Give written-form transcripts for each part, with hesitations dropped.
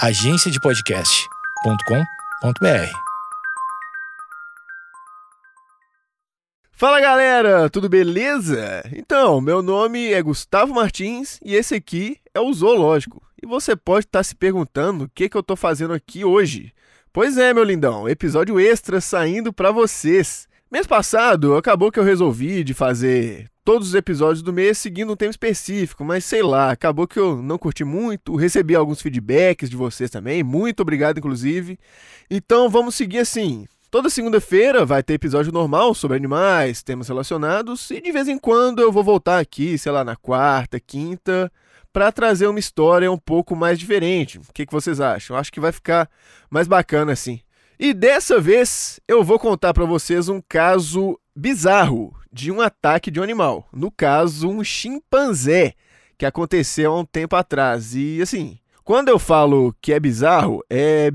agenciadepodcast.com.br. Fala galera, tudo beleza? Então, meu nome é Gustavo Martins e esse aqui é o Zoológico. E você pode estar se perguntando o que eu tô fazendo aqui hoje. Pois é, meu lindão, episódio extra saindo pra vocês. Mês passado, acabou que eu resolvi de fazer todos os episódios do mês seguindo um tema específico, mas sei lá, acabou que eu não curti muito, recebi alguns feedbacks de vocês também, muito obrigado inclusive. Então vamos seguir assim. Toda segunda-feira vai ter episódio normal sobre animais, temas relacionados, e de vez em quando eu vou voltar aqui, sei lá, na quarta, quinta, para trazer uma história um pouco mais diferente. O que vocês acham? Eu acho que vai ficar mais bacana assim. E dessa vez eu vou contar para vocês um caso bizarro de um ataque de um animal. No caso, um chimpanzé, que aconteceu há um tempo atrás. E assim, quando eu falo que é bizarro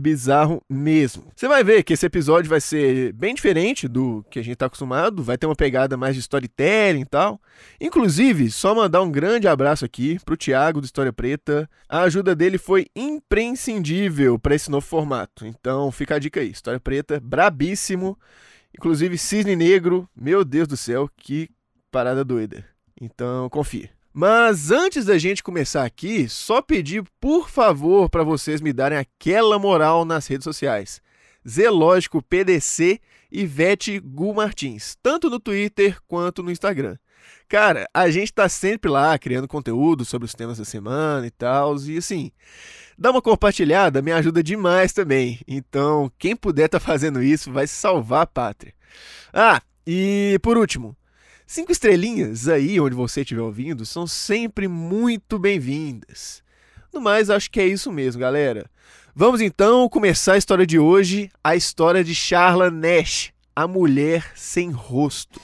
mesmo. Você vai ver que esse episódio vai ser bem diferente do que a gente está acostumado, vai ter uma pegada mais de storytelling e tal. Inclusive, só mandar um grande abraço aqui pro Thiago do História Preta. A ajuda dele foi imprescindível para esse novo formato. Então fica a dica aí, História Preta, brabíssimo. Inclusive Cisne Negro, meu Deus do céu, que parada doida. Então confia. Mas antes da gente começar aqui, só pedir por favor para vocês me darem aquela moral nas redes sociais. Zoológico PDC e Vete Gu Martins, tanto no Twitter quanto no Instagram. Cara, a gente tá sempre lá criando conteúdo sobre os temas da semana e tal, e assim, dá uma compartilhada, me ajuda demais também. Então, quem puder tá fazendo isso vai salvar a pátria. Ah, e por último, 5 estrelinhas aí onde você estiver ouvindo são sempre muito bem-vindas. No mais, acho que é isso mesmo, galera. Vamos então começar a história de hoje, a história de Charla Nash, a mulher sem rosto.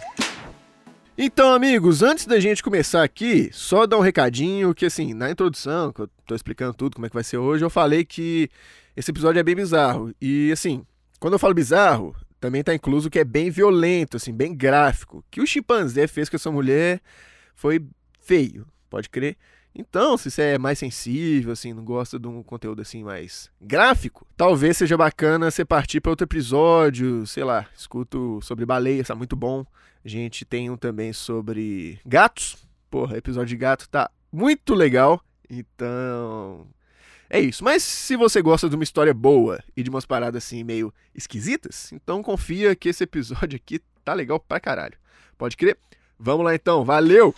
Então, amigos, antes da gente começar aqui, só dar um recadinho que, assim, na introdução, que eu tô explicando tudo como é que vai ser hoje, eu falei que esse episódio é bem bizarro. E, assim, quando eu falo bizarro, também tá incluso que é bem violento, assim, bem gráfico. O que o chimpanzé fez com essa mulher foi feio, pode crer. Então, se você é mais sensível, assim, não gosta de um conteúdo assim mais gráfico, talvez seja bacana você partir para outro episódio, sei lá, escuto sobre baleias, tá muito bom. A gente tem um também sobre gatos. Porra, episódio de gato tá muito legal. Então, é isso. Mas se você gosta de uma história boa e de umas paradas assim meio esquisitas, então confia que esse episódio aqui tá legal pra caralho. Pode crer? Vamos lá então, valeu!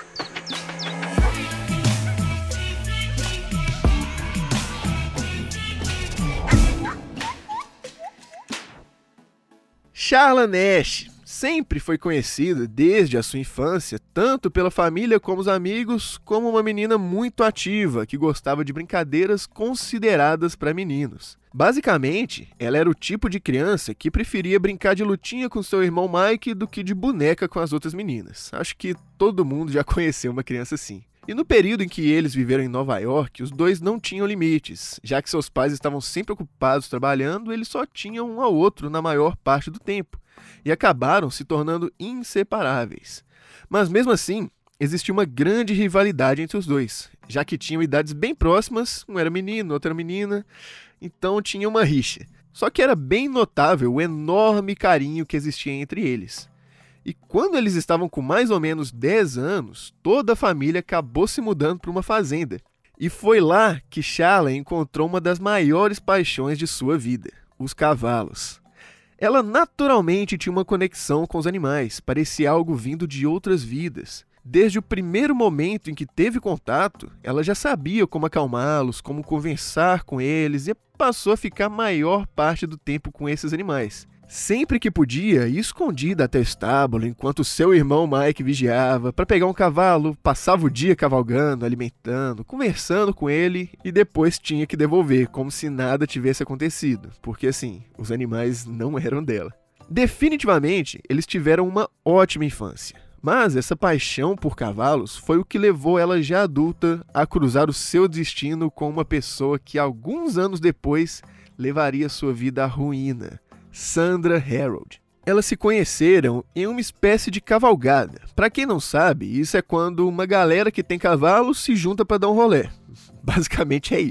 Charla Nash sempre foi conhecida desde a sua infância, tanto pela família como os amigos, como uma menina muito ativa, que gostava de brincadeiras consideradas para meninos. Basicamente, ela era o tipo de criança que preferia brincar de lutinha com seu irmão Mike do que de boneca com as outras meninas. Acho que todo mundo já conheceu uma criança assim. E no período em que eles viveram em Nova York, os dois não tinham limites, já que seus pais estavam sempre ocupados trabalhando, eles só tinham um ao outro na maior parte do tempo, e acabaram se tornando inseparáveis. Mas mesmo assim, existia uma grande rivalidade entre os dois, já que tinham idades bem próximas, um era menino, outro era menina, então tinha uma rixa. Só que era bem notável o enorme carinho que existia entre eles. E quando eles estavam com mais ou menos 10 anos, toda a família acabou se mudando para uma fazenda. E foi lá que Charla encontrou uma das maiores paixões de sua vida, os cavalos. Ela naturalmente tinha uma conexão com os animais, parecia algo vindo de outras vidas. Desde o primeiro momento em que teve contato, ela já sabia como acalmá-los, como conversar com eles e passou a ficar a maior parte do tempo com esses animais. Sempre que podia, ia escondida até o estábulo, enquanto seu irmão Mike vigiava, para pegar um cavalo, passava o dia cavalgando, alimentando, conversando com ele e depois tinha que devolver, como se nada tivesse acontecido, porque assim, os animais não eram dela. Definitivamente, eles tiveram uma ótima infância, mas essa paixão por cavalos foi o que levou ela já adulta a cruzar o seu destino com uma pessoa que alguns anos depois levaria sua vida à ruína. Sandra Harold. Elas se conheceram em uma espécie de cavalgada. Para quem não sabe, isso é quando uma galera que tem cavalo se junta para dar um rolê. Basicamente é isso.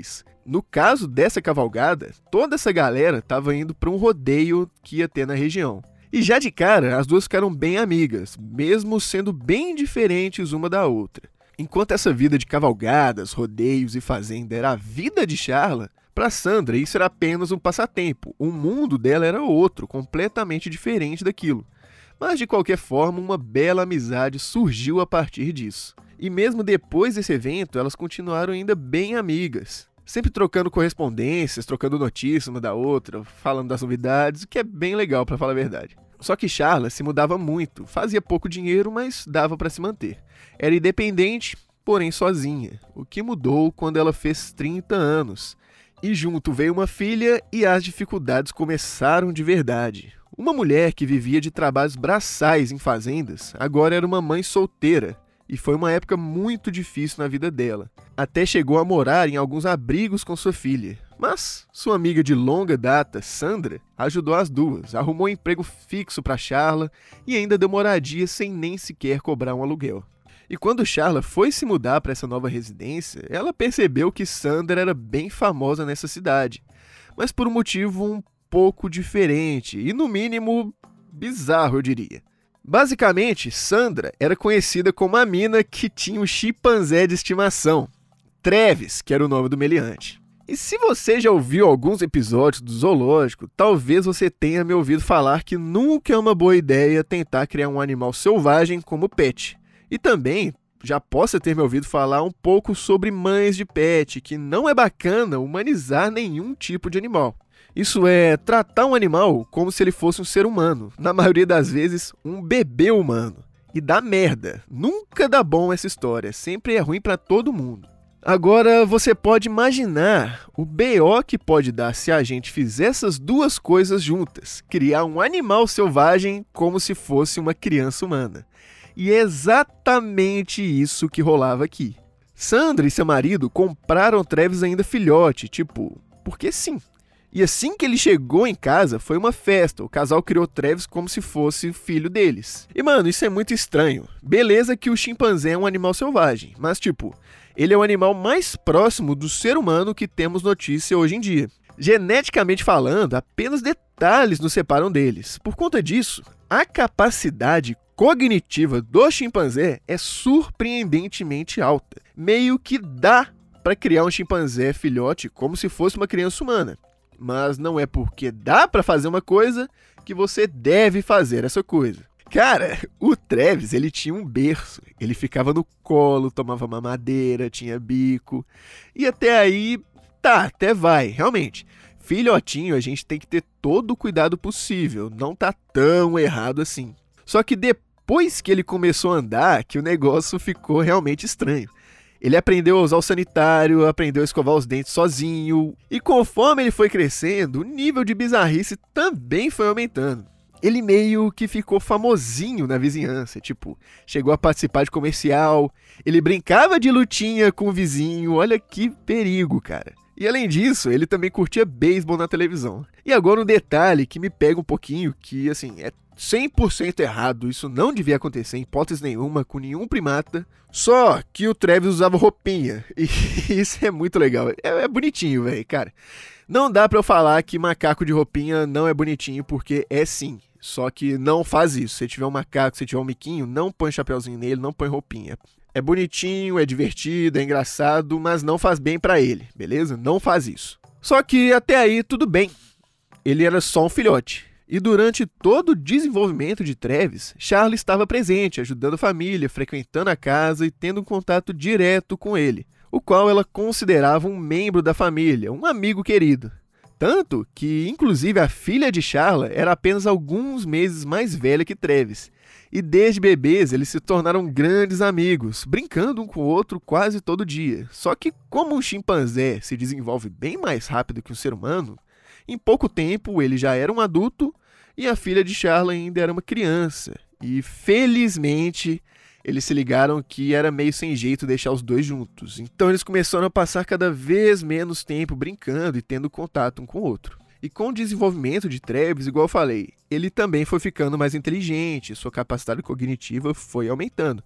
No caso dessa cavalgada, toda essa galera estava indo para um rodeio que ia ter na região. E já de cara, as duas ficaram bem amigas, mesmo sendo bem diferentes uma da outra. Enquanto essa vida de cavalgadas, rodeios e fazenda era a vida de Charla, para Sandra isso era apenas um passatempo. O mundo dela era outro, completamente diferente daquilo. Mas de qualquer forma, uma bela amizade surgiu a partir disso. E mesmo depois desse evento, elas continuaram ainda bem amigas. Sempre trocando correspondências, trocando notícias uma da outra, falando das novidades, o que é bem legal para falar a verdade. Só que Charla se mudava muito, fazia pouco dinheiro, mas dava para se manter. Era independente, porém sozinha, o que mudou quando ela fez 30 anos. E junto veio uma filha e as dificuldades começaram de verdade. Uma mulher que vivia de trabalhos braçais em fazendas, agora era uma mãe solteira. E foi uma época muito difícil na vida dela. Até chegou a morar em alguns abrigos com sua filha. Mas sua amiga de longa data, Sandra, ajudou as duas, arrumou um emprego fixo para Charla e ainda deu moradia sem nem sequer cobrar um aluguel. E quando Charla foi se mudar para essa nova residência, ela percebeu que Sandra era bem famosa nessa cidade, mas por um motivo um pouco diferente e, no mínimo, bizarro, eu diria. Basicamente, Sandra era conhecida como a mina que tinha um chimpanzé de estimação, Travis, que era o nome do meliante. E se você já ouviu alguns episódios do Zoológico, talvez você tenha me ouvido falar que nunca é uma boa ideia tentar criar um animal selvagem como pet. E também já possa ter me ouvido falar um pouco sobre mães de pet, que não é bacana humanizar nenhum tipo de animal. Isso é, tratar um animal como se ele fosse um ser humano, na maioria das vezes um bebê humano. E dá merda, nunca dá bom essa história, sempre é ruim pra todo mundo. Agora você pode imaginar o BO que pode dar se a gente fizer essas duas coisas juntas, criar um animal selvagem como se fosse uma criança humana. E é exatamente isso que rolava aqui. Sandra e seu marido compraram Travis ainda filhote, porque sim. E assim que ele chegou em casa, foi uma festa. O casal criou Travis como se fosse o filho deles. E mano, isso é muito estranho. Beleza que o chimpanzé é um animal selvagem, mas ele é o animal mais próximo do ser humano que temos notícia hoje em dia. Geneticamente falando, apenas detalhes nos separam deles. Por conta disso, a capacidade cognitiva do chimpanzé é surpreendentemente alta. Meio que dá para criar um chimpanzé filhote como se fosse uma criança humana. Mas não é porque dá pra fazer uma coisa que você deve fazer essa coisa. Cara, o Travis, ele tinha um berço. Ele ficava no colo, tomava mamadeira, tinha bico. E até aí, até vai, realmente. Filhotinho, a gente tem que ter todo o cuidado possível. Não tá tão errado assim. Só que depois que ele começou a andar, que o negócio ficou realmente estranho. Ele aprendeu a usar o sanitário, aprendeu a escovar os dentes sozinho. E conforme ele foi crescendo, o nível de bizarrice também foi aumentando. Ele meio que ficou famosinho na vizinhança, chegou a participar de comercial, ele brincava de lutinha com o vizinho, olha que perigo, cara. E além disso, ele também curtia beisebol na televisão. E agora um detalhe que me pega um pouquinho, que é 100% errado, isso não devia acontecer em hipótese nenhuma com nenhum primata, só que o Travis usava roupinha, e isso é muito legal, é bonitinho, velho, cara. Não dá pra eu falar que macaco de roupinha não é bonitinho, porque é sim, só que não faz isso. Se tiver um macaco, se tiver um miquinho, não põe chapeuzinho nele, não põe roupinha. É bonitinho, é divertido, é engraçado, mas não faz bem pra ele, beleza? Não faz isso. Só que até aí tudo bem, ele era só um filhote. E durante todo o desenvolvimento de Travis, Charla estava presente, ajudando a família, frequentando a casa e tendo um contato direto com ele, o qual ela considerava um membro da família, um amigo querido. Tanto que, inclusive, a filha de Charla era apenas alguns meses mais velha que Travis. E desde bebês eles se tornaram grandes amigos, brincando um com o outro quase todo dia. Só que como um chimpanzé se desenvolve bem mais rápido que um ser humano, em pouco tempo ele já era um adulto e a filha de Charla ainda era uma criança. E felizmente eles se ligaram que era meio sem jeito deixar os dois juntos. Então eles começaram a passar cada vez menos tempo brincando e tendo contato um com o outro. E com o desenvolvimento de Travis, igual eu falei, ele também foi ficando mais inteligente, sua capacidade cognitiva foi aumentando.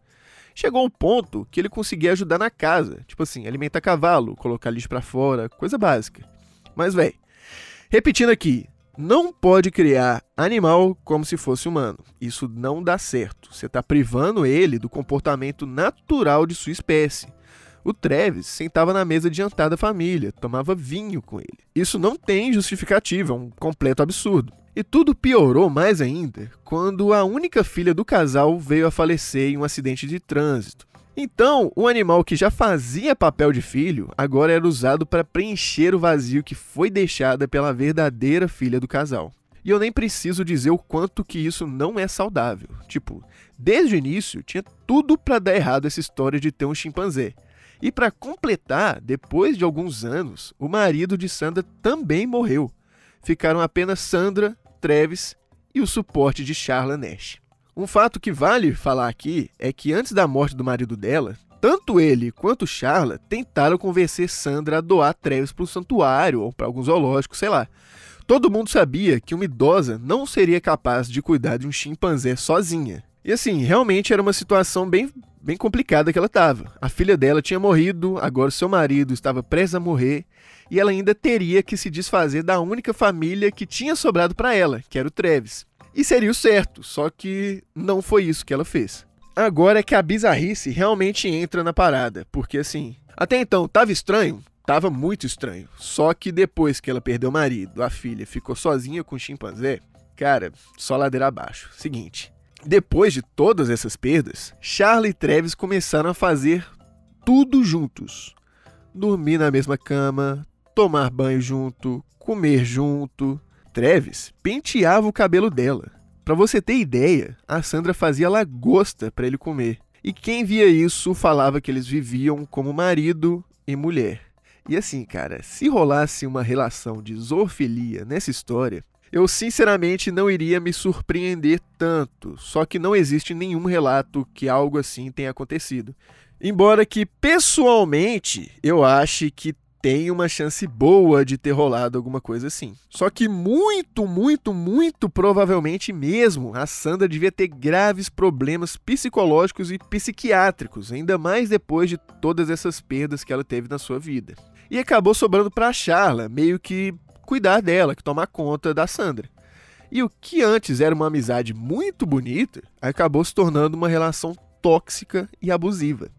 Chegou ao ponto que ele conseguia ajudar na casa, tipo assim, alimentar cavalo, colocar lixo pra fora, coisa básica. Mas, véi, repetindo aqui, não pode criar animal como se fosse humano. Isso não dá certo. Você está privando ele do comportamento natural de sua espécie. O Travis sentava na mesa de jantar da família, tomava vinho com ele. Isso não tem justificativa, é um completo absurdo. E tudo piorou mais ainda quando a única filha do casal veio a falecer em um acidente de trânsito. Então, o animal que já fazia papel de filho agora era usado para preencher o vazio que foi deixado pela verdadeira filha do casal. E eu nem preciso dizer o quanto que isso não é saudável. Tipo, desde o início tinha tudo para dar errado essa história de ter um chimpanzé. E para completar, depois de alguns anos, o marido de Sandra também morreu. Ficaram apenas Sandra, Travis e o suporte de Charla Nash. Um fato que vale falar aqui é que antes da morte do marido dela, tanto ele quanto Charla tentaram convencer Sandra a doar Travis para um santuário ou para algum zoológico, sei lá. Todo mundo sabia que uma idosa não seria capaz de cuidar de um chimpanzé sozinha. E assim, realmente era uma situação bem complicada que ela estava. A filha dela tinha morrido, agora seu marido estava prestes a morrer, e ela ainda teria que se desfazer da única família que tinha sobrado para ela, que era o Travis. E seria o certo, só que não foi isso que ela fez. Agora é que a bizarrice realmente entra na parada, porque assim, até então tava estranho? Tava muito estranho. Só que depois que ela perdeu o marido, a filha ficou sozinha com o chimpanzé, cara, só ladeira abaixo. Seguinte, depois de todas essas perdas, Charla e Travis começaram a fazer tudo juntos. Dormir na mesma cama, tomar banho junto, comer junto. Travis penteava o cabelo dela. Pra você ter ideia, a Sandra fazia lagosta pra ele comer. E quem via isso falava que eles viviam como marido e mulher. E assim, cara, se rolasse uma relação de zoofilia nessa história, eu sinceramente não iria me surpreender tanto, só que não existe nenhum relato que algo assim tenha acontecido. Embora que, pessoalmente, eu ache que tem uma chance boa de ter rolado alguma coisa assim. Só que muito provavelmente mesmo, a Sandra devia ter graves problemas psicológicos e psiquiátricos, ainda mais depois de todas essas perdas que ela teve na sua vida. E acabou sobrando para a Charla, meio que cuidar dela, que tomar conta da Sandra. E o que antes era uma amizade muito bonita, acabou se tornando uma relação tóxica e abusiva.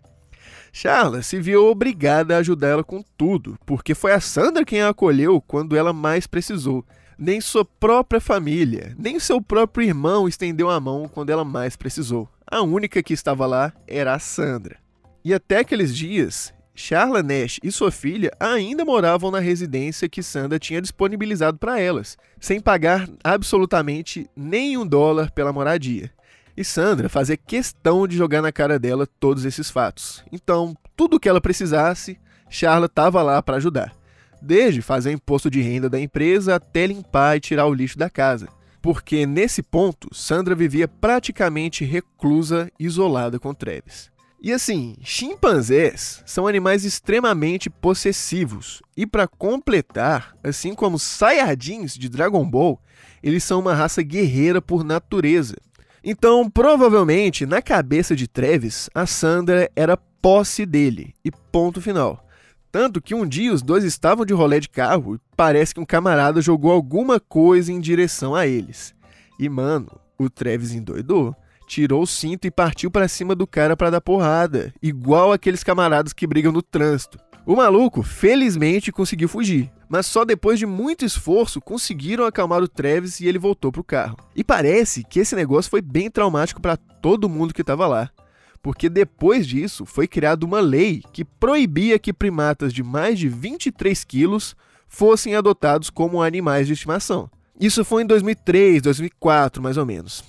Charla se viu obrigada a ajudar ela com tudo, porque foi a Sandra quem a acolheu quando ela mais precisou. Nem sua própria família, nem seu próprio irmão estendeu a mão quando ela mais precisou. A única que estava lá era a Sandra. E até aqueles dias, Charla Nash e sua filha ainda moravam na residência que Sandra tinha disponibilizado para elas, sem pagar absolutamente nem $1 pela moradia. E Sandra fazia questão de jogar na cara dela todos esses fatos. Então, tudo o que ela precisasse, Charla estava lá para ajudar. Desde fazer o imposto de renda da empresa até limpar e tirar o lixo da casa. Porque nesse ponto, Sandra vivia praticamente reclusa, isolada com Travis. E assim, chimpanzés são animais extremamente possessivos. E para completar, assim como os Saiyajins de Dragon Ball, eles são uma raça guerreira por natureza. Então, provavelmente, na cabeça de Travis, a Sandra era posse dele, e ponto final. Tanto que um dia os dois estavam de rolê de carro e parece que um camarada jogou alguma coisa em direção a eles. E mano, o Travis endoidou, tirou o cinto e partiu pra cima do cara pra dar porrada, igual aqueles camaradas que brigam no trânsito. O maluco, felizmente, conseguiu fugir, mas só depois de muito esforço conseguiram acalmar o Travis e ele voltou pro carro. E parece que esse negócio foi bem traumático para todo mundo que estava lá, porque depois disso foi criada uma lei que proibia que primatas de mais de 23 quilos fossem adotados como animais de estimação. Isso foi em 2003, 2004, mais ou menos.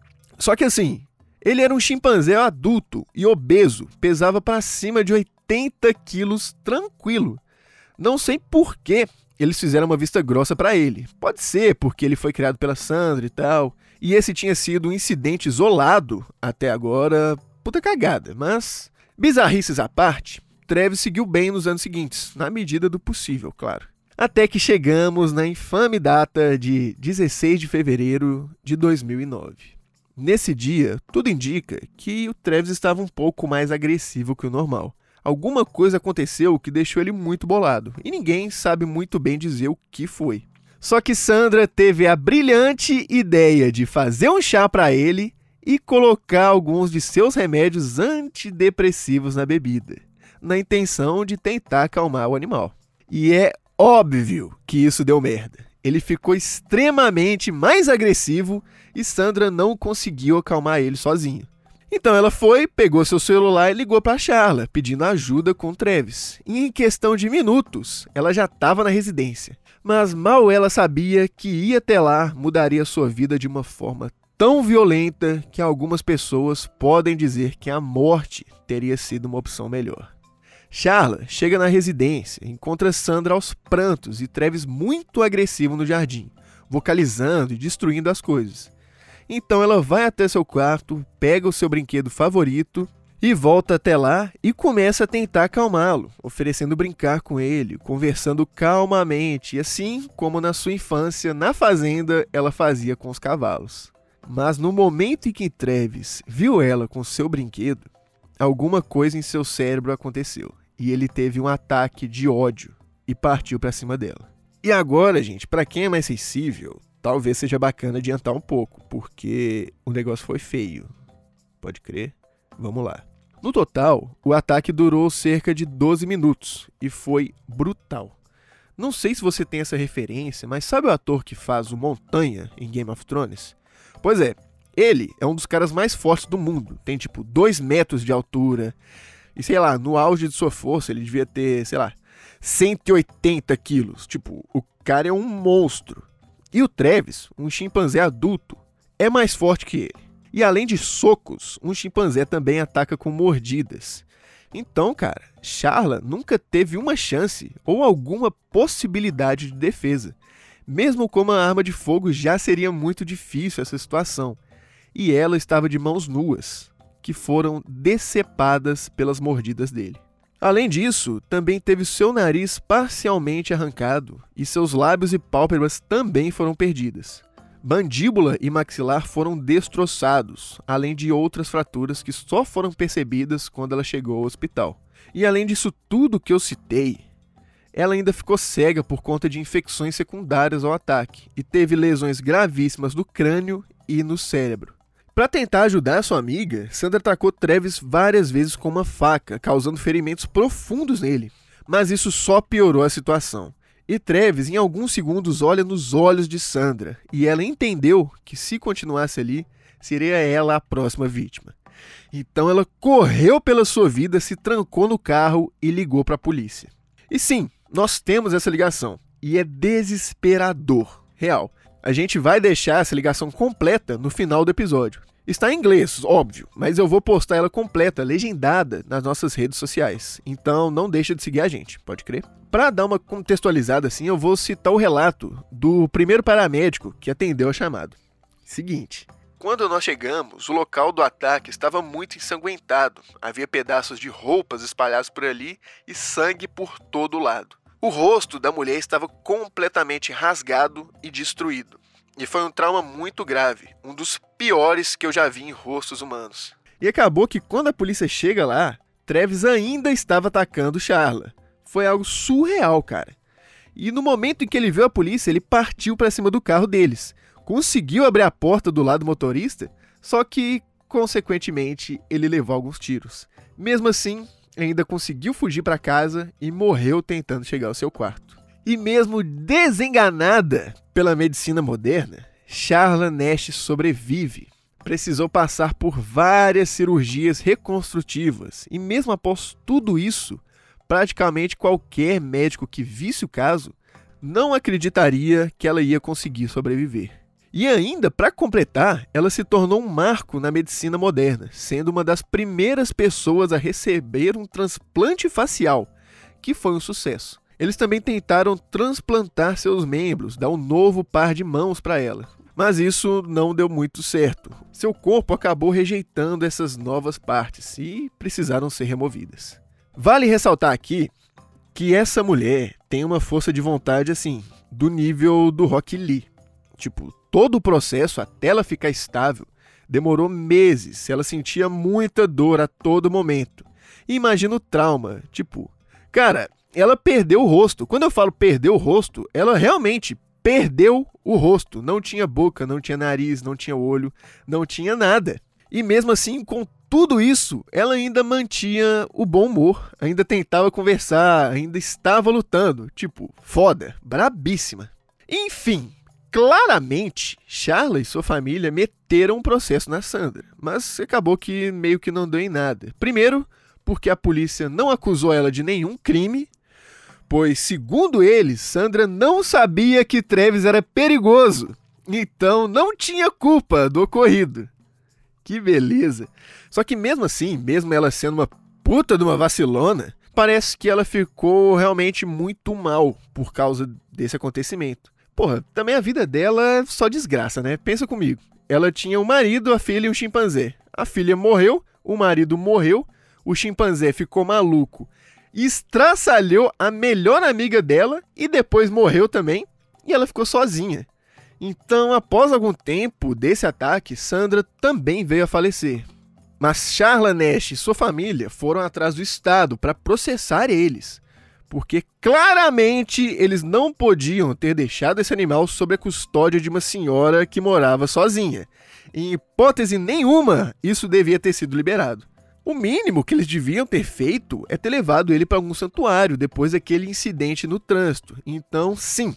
Só que assim, ele era um chimpanzé adulto e obeso, pesava para cima de 80 quilos tranquilo. Não sei por que eles fizeram uma vista grossa para ele. Pode ser porque ele foi criado pela Sandra e tal, e esse tinha sido um incidente isolado até agora, puta cagada. Mas, bizarrices à parte, Travis seguiu bem nos anos seguintes, na medida do possível, claro. Até que chegamos na infame data de 16 de fevereiro de 2009. Nesse dia, tudo indica que o Travis estava um pouco mais agressivo que o normal. Alguma coisa aconteceu que deixou ele muito bolado, e ninguém sabe muito bem dizer o que foi. Só que Sandra teve a brilhante ideia de fazer um chá para ele e colocar alguns de seus remédios antidepressivos na bebida, na intenção de tentar acalmar o animal. E é óbvio que isso deu merda. Ele ficou extremamente mais agressivo e Sandra não conseguiu acalmar ele sozinha. Então ela foi, pegou seu celular e ligou para Charla, pedindo ajuda com Travis. E em questão de minutos, ela já estava na residência. Mas mal ela sabia que ir até lá mudaria sua vida de uma forma tão violenta que algumas pessoas podem dizer que a morte teria sido uma opção melhor. Charla chega na residência, encontra Sandra aos prantos e Travis muito agressivo no jardim, vocalizando e destruindo as coisas. Então ela vai até seu quarto, pega o seu brinquedo favorito e volta até lá e começa a tentar acalmá-lo, oferecendo brincar com ele, conversando calmamente, assim como na sua infância, na fazenda, ela fazia com os cavalos. Mas no momento em que Travis viu ela com seu brinquedo, alguma coisa em seu cérebro aconteceu. E ele teve um ataque de ódio e partiu para cima dela. E agora, gente, para quem é mais sensível, talvez seja bacana adiantar um pouco, porque o negócio foi feio. Pode crer? Vamos lá. No total, o ataque durou cerca de 12 minutos e foi brutal. Não sei se você tem essa referência, mas sabe o ator que faz o Montanha em Game of Thrones? Pois é, ele é um dos caras mais fortes do mundo. Tem tipo 2 metros de altura. E sei lá, no auge de sua força ele devia ter, sei lá, 180 quilos. Tipo, o cara é um monstro. E o Travis, um chimpanzé adulto, é mais forte que ele. E além de socos, um chimpanzé também ataca com mordidas. Então, cara, Charla nunca teve uma chance ou alguma possibilidade de defesa. Mesmo com uma arma de fogo já seria muito difícil essa situação. E ela estava de mãos nuas, que foram decepadas pelas mordidas dele. Além disso, também teve seu nariz parcialmente arrancado e seus lábios e pálpebras também foram perdidas. Mandíbula e maxilar foram destroçados, além de outras fraturas que só foram percebidas quando ela chegou ao hospital. E além disso tudo que eu citei, ela ainda ficou cega por conta de infecções secundárias ao ataque e teve lesões gravíssimas no crânio e no cérebro. Para tentar ajudar sua amiga, Sandra atacou Travis várias vezes com uma faca, causando ferimentos profundos nele. Mas isso só piorou a situação. E Travis, em alguns segundos, olha nos olhos de Sandra, e ela entendeu que se continuasse ali, seria ela a próxima vítima. Então ela correu pela sua vida, se trancou no carro e ligou para a polícia. E sim, nós temos essa ligação, e é desesperador, real. A gente vai deixar essa ligação completa no final do episódio. Está em inglês, óbvio, mas eu vou postar ela completa, legendada, nas nossas redes sociais. Então não deixa de seguir a gente, pode crer? Para dar uma contextualizada assim, eu vou citar o relato do primeiro paramédico que atendeu a chamada. Seguinte: quando nós chegamos, o local do ataque estava muito ensanguentado. Havia pedaços de roupas espalhados por ali e sangue por todo lado. O rosto da mulher estava completamente rasgado e destruído. E foi um trauma muito grave, um dos piores que eu já vi em rostos humanos. E acabou que quando a polícia chega lá, Travis ainda estava atacando Charla. Foi algo surreal, cara. E no momento em que ele viu a polícia, ele partiu para cima do carro deles. Conseguiu abrir a porta do lado do motorista, só que, consequentemente, ele levou alguns tiros. Mesmo assim, ainda conseguiu fugir para casa e morreu tentando chegar ao seu quarto. E mesmo desenganada pela medicina moderna, Charla Nash sobrevive. Precisou passar por várias cirurgias reconstrutivas e mesmo após tudo isso, praticamente qualquer médico que visse o caso não acreditaria que ela ia conseguir sobreviver. E ainda, para completar, ela se tornou um marco na medicina moderna, sendo uma das primeiras pessoas a receber um transplante facial, que foi um sucesso. Eles também tentaram transplantar seus membros, dar um novo par de mãos para ela. Mas isso não deu muito certo. Seu corpo acabou rejeitando essas novas partes e precisaram ser removidas. Vale ressaltar aqui que essa mulher tem uma força de vontade assim, do nível do Rock Lee. Tipo, todo o processo até ela ficar estável Demorou meses, ela sentia muita dor a todo momento. E imagina o trauma, tipo, cara, ela perdeu o rosto. Quando eu falo perdeu o rosto, ela realmente perdeu o rosto. Não tinha boca, não tinha nariz, não tinha olho, não tinha nada. E mesmo assim, com tudo isso, ela ainda mantinha o bom humor, ainda tentava conversar, ainda estava lutando. Tipo, foda, brabíssima. Enfim, claramente, Charla e sua família meteram um processo na Sandra, mas acabou que meio que não deu em nada. Primeiro, porque a polícia não acusou ela de nenhum crime, pois, segundo eles, Sandra não sabia que Travis era perigoso, então não tinha culpa do ocorrido. Que beleza. Só que mesmo assim, mesmo ela sendo uma puta de uma vacilona, parece que ela ficou realmente muito mal por causa desse acontecimento. Porra, também a vida dela é só desgraça, né? Pensa comigo. Ela tinha um marido, a filha e um chimpanzé. A filha morreu, o marido morreu, o chimpanzé ficou maluco, estraçalhou a melhor amiga dela e depois morreu também, e ela ficou sozinha. Então, após algum tempo desse ataque, Sandra também veio a falecer. Mas Charla Nash e sua família foram atrás do Estado para processar eles, porque claramente eles não podiam ter deixado esse animal sob a custódia de uma senhora que morava sozinha. Em hipótese nenhuma, isso devia ter sido liberado. O mínimo que eles deviam ter feito é ter levado ele para algum santuário depois daquele incidente no trânsito. Então, sim,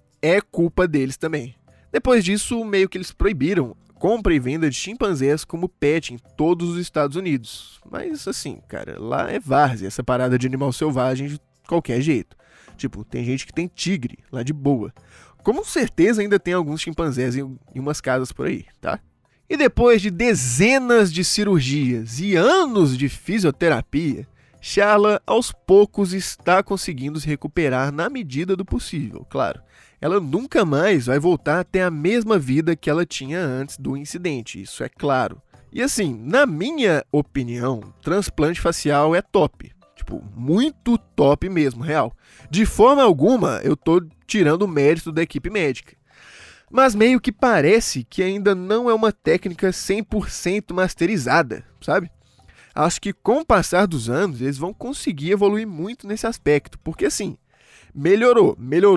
é culpa deles também. Depois disso, meio que eles proibiram compra e venda de chimpanzés como pet em todos os Estados Unidos. Mas assim, cara, lá é várzea essa parada de animal selvagem de qualquer jeito. Tipo, tem gente que tem tigre lá de boa. Com certeza ainda tem alguns chimpanzés em umas casas por aí, tá? E depois de dezenas de cirurgias e anos de fisioterapia, Charla aos poucos está conseguindo se recuperar na medida do possível, claro. Ela nunca mais vai voltar a ter a mesma vida que ela tinha antes do incidente, isso é claro. E assim, na minha opinião, transplante facial é top. Tipo, muito top mesmo, real. De forma alguma, eu tô tirando o mérito da equipe médica. Mas meio que parece que ainda não é uma técnica 100% masterizada, sabe? Acho que com o passar dos anos, eles vão conseguir evoluir muito nesse aspecto, porque assim, melhorou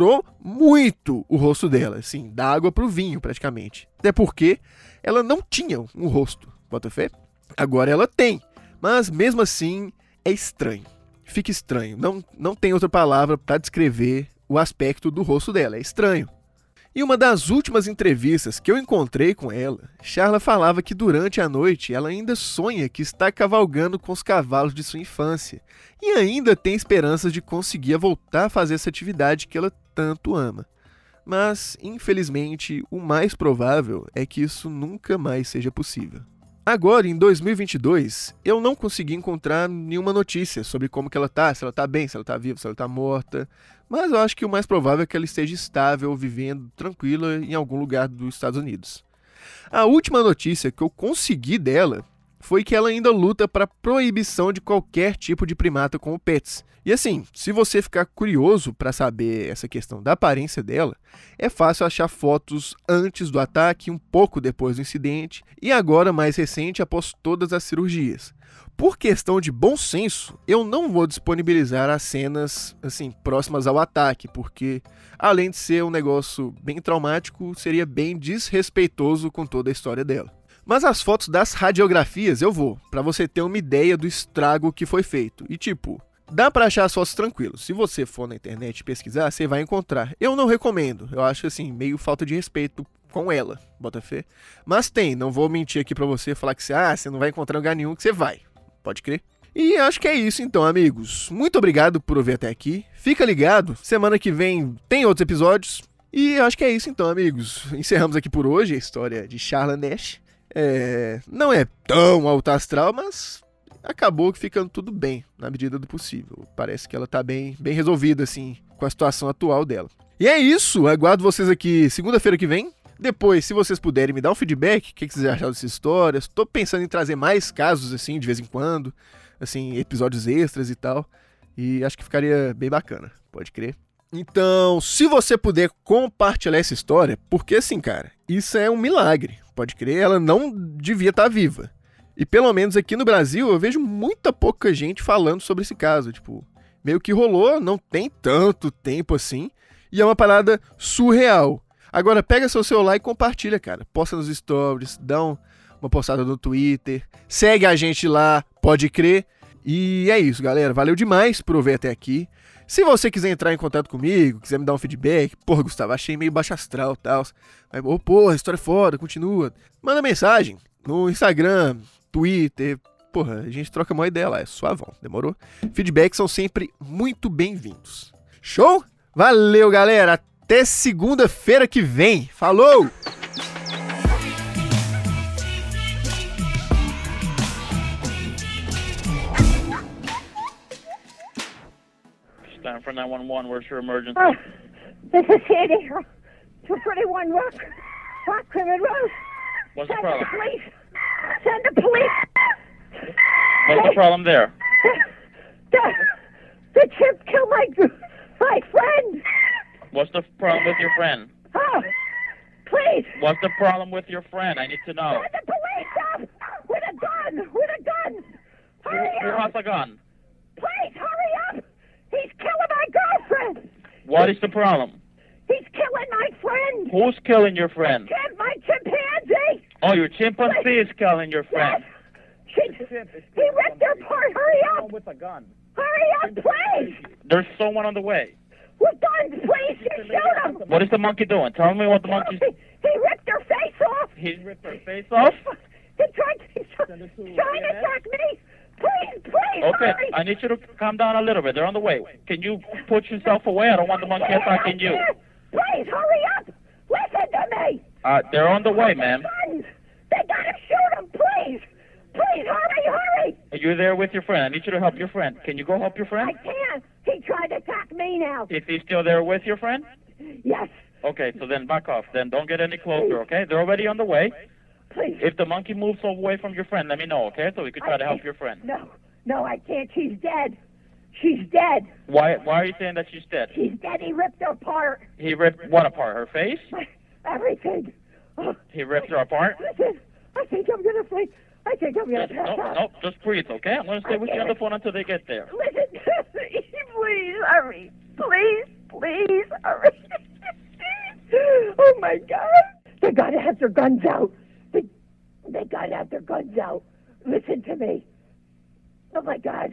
muito o rosto dela, assim, da água pro vinho praticamente. Até porque ela não tinha um rosto, bota fé? Agora ela tem, mas mesmo assim é estranho. Fica estranho, não tem outra palavra para descrever o aspecto do rosto dela, é estranho. Em uma das últimas entrevistas que eu encontrei com ela, Charla falava que durante a noite ela ainda sonha que está cavalgando com os cavalos de sua infância e ainda tem esperanças de conseguir voltar a fazer essa atividade que ela tanto ama. Mas, infelizmente, o mais provável é que isso nunca mais seja possível. Agora, em 2022, eu não consegui encontrar nenhuma notícia sobre como que ela tá, se ela tá bem, se ela tá viva, se ela tá morta. Mas eu acho que o mais provável é que ela esteja estável, vivendo tranquila em algum lugar dos Estados Unidos. A última notícia que eu consegui dela foi que ela ainda luta para proibição de qualquer tipo de primata como pets. E assim, se você ficar curioso para saber essa questão da aparência dela, é fácil achar fotos antes do ataque, um pouco depois do incidente e agora mais recente após todas as cirurgias. Por questão de bom senso, eu não vou disponibilizar as cenas assim próximas ao ataque, porque além de ser um negócio bem traumático, seria bem desrespeitoso com toda a história dela. Mas as fotos das radiografias eu vou, pra você ter uma ideia do estrago que foi feito. E tipo, dá pra achar as fotos tranquilo. Se você for na internet pesquisar, você vai encontrar. Eu não recomendo, eu acho assim, meio falta de respeito com ela, bota fé. Mas tem, não vou mentir aqui pra você, falar que você não vai encontrar lugar nenhum, que você vai. Pode crer. E acho que é isso então, amigos. Muito obrigado por ouvir até aqui. Fica ligado, semana que vem tem outros episódios. E acho que é isso então, amigos. Encerramos aqui por hoje a história de Charla Nash. Não é tão alto astral, mas acabou ficando tudo bem, na medida do possível. Parece que ela tá bem resolvida, assim, com a situação atual dela. E é isso, aguardo vocês aqui segunda-feira que vem. Depois, se vocês puderem me dar um feedback, o que vocês acharam dessas histórias. Tô pensando em trazer mais casos, assim, de vez em quando. Assim, episódios extras e tal. E acho que ficaria bem bacana, pode crer. Então, se você puder compartilhar essa história, porque assim, cara, isso é um milagre. Pode crer, ela não devia estar viva. E pelo menos aqui no Brasil eu vejo muita pouca gente falando sobre esse caso. Tipo, meio que rolou, não tem tanto tempo assim. E é uma parada surreal. Agora pega seu celular e compartilha, cara. Posta nos stories, dá uma postada no Twitter. Segue a gente lá, pode crer. E é isso, galera. Valeu demais por ouvir até aqui. Se você quiser entrar em contato comigo, quiser me dar um feedback, porra, Gustavo, achei meio baixo astral e tal. Porra, história é foda, continua. Manda mensagem no Instagram, Twitter. Porra, a gente troca uma ideia lá, é suavão, demorou? Feedbacks são sempre muito bem-vindos. Show? Valeu, galera. Até segunda-feira que vem. Falou! Stand for 911. Where's your emergency? Oh, this is Sandy. 231 Rock Clement Road. What's the Send problem? the police. Send the police. What's the problem there? The chip killed my friend. What's the problem with your friend? Oh, please. What's the problem with your friend? I need to know. Send the police up with a gun. With a gun. Hurry Who up. has a gun? Please hurry up. He's killing my girlfriend. What is the problem? He's killing my friend. Who's killing your friend? My chimpanzee. Oh, your chimpanzee is killing your friend. He ripped her apart. Hurry up. With a gun. Hurry up, please. There's someone on the way. With guns, please. Shoot him. What is the monkey doing? Tell me what the monkey's... He ripped her face off. He ripped her face off? He's trying to attack me. Please, Okay, hurry. I need you to calm down a little bit. They're on the way. Can you put yourself away? I don't want the monkey attacking you. Please, hurry up. Listen to me. They're on the way, ma'am. Guns. They gotta shoot him, please. Please, hurry. Are you there with your friend? I need you to help your friend. Can you go help your I friend? can't. He tried to attack me now. Is he still there with your friend? Yes, Okay, so then back off. Then don't get any closer, okay? They're already on the way. please. If the monkey moves away from your friend, let me know, okay? So we can try to help your friend. No, I can't. She's dead. She's dead. Why are you saying that she's dead? She's dead. He ripped her apart. He ripped what apart? Her face? Everything. Oh, He ripped her apart? listen, I think I'm gonna faint. I think I'm gonna pass out. No, just breathe, okay? I'm going to stay with you on the phone until they get there. Listen to me, please hurry. Please hurry. Oh my God! They gotta have their guns out. They gotta have their guns out. Listen to me. Oh my God.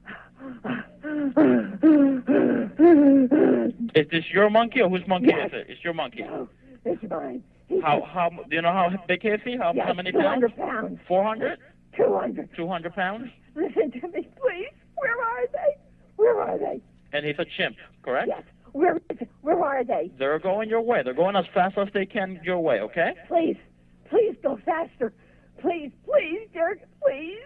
Is this your monkey or whose monkey Yes. is it? It's your monkey. No, it's mine. How do you know how big is he? How many pounds? 200 pounds. 400? 200. 200 pounds? Listen to me, please. Where are they? And he's a chimp, correct? Yes. Where are they? They're going your way. They're going as fast as they can your way, okay? Please go faster. Please, Dirk. Please.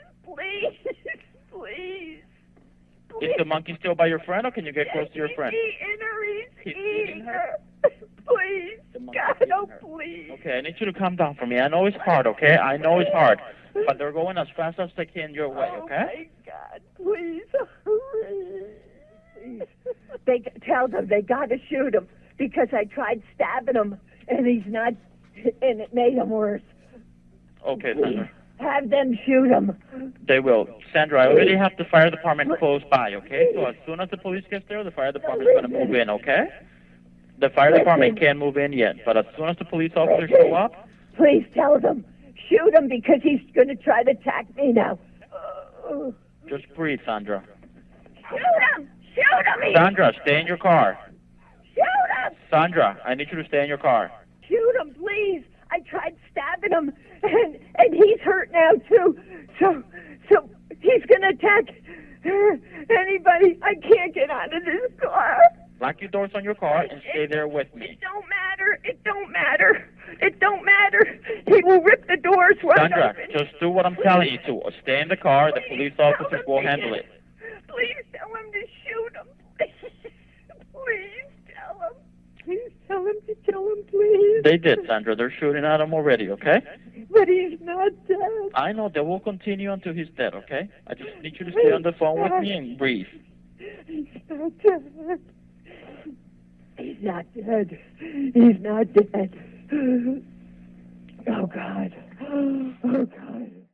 Is the monkey still by your friend, or can you get close to your friend? He's He's eating her? Please. The monkey's God, eating oh, her. please. Okay, I need you to calm down for me. I know it's hard, okay? I know it's hard. But they're going as fast as they can your way, Oh, okay? my God. Please hurry. They tell them they got to shoot him because I tried stabbing him and he's not, and it made him worse. Okay, Sandra. Have them shoot him. They will. Sandra, I already have the fire department close by, okay? So as soon as the police gets there, the fire department's going to move in, okay? The fire department can't move in yet, but as soon as the police officers show up, Please tell them. Shoot him because he's going to try to attack me now. just breathe, Sandra. Shoot him! Shoot him! Sandra, stay in your car. Shoot him! Sandra, I need you to stay in your car. Shoot him, please! I tried stabbing him, and he's hurt now too. So he's gonna attack anybody. I can't get out of this car. Lock your doors on your car and stay there with me. It don't matter. It don't matter. He will rip the doors wide Sandra, open. just do what I'm telling you to. Stay in the car. The police officers will handle it. Please tell him to shoot him. Please tell him. Please tell him to kill him, please. They did, Sandra. They're shooting at him already, okay? But he's not dead. I know. They will continue until he's dead, okay? I just need you to stay on the phone with me and breathe. He's not dead. He's not dead. He's not dead. Oh, God. Oh, God.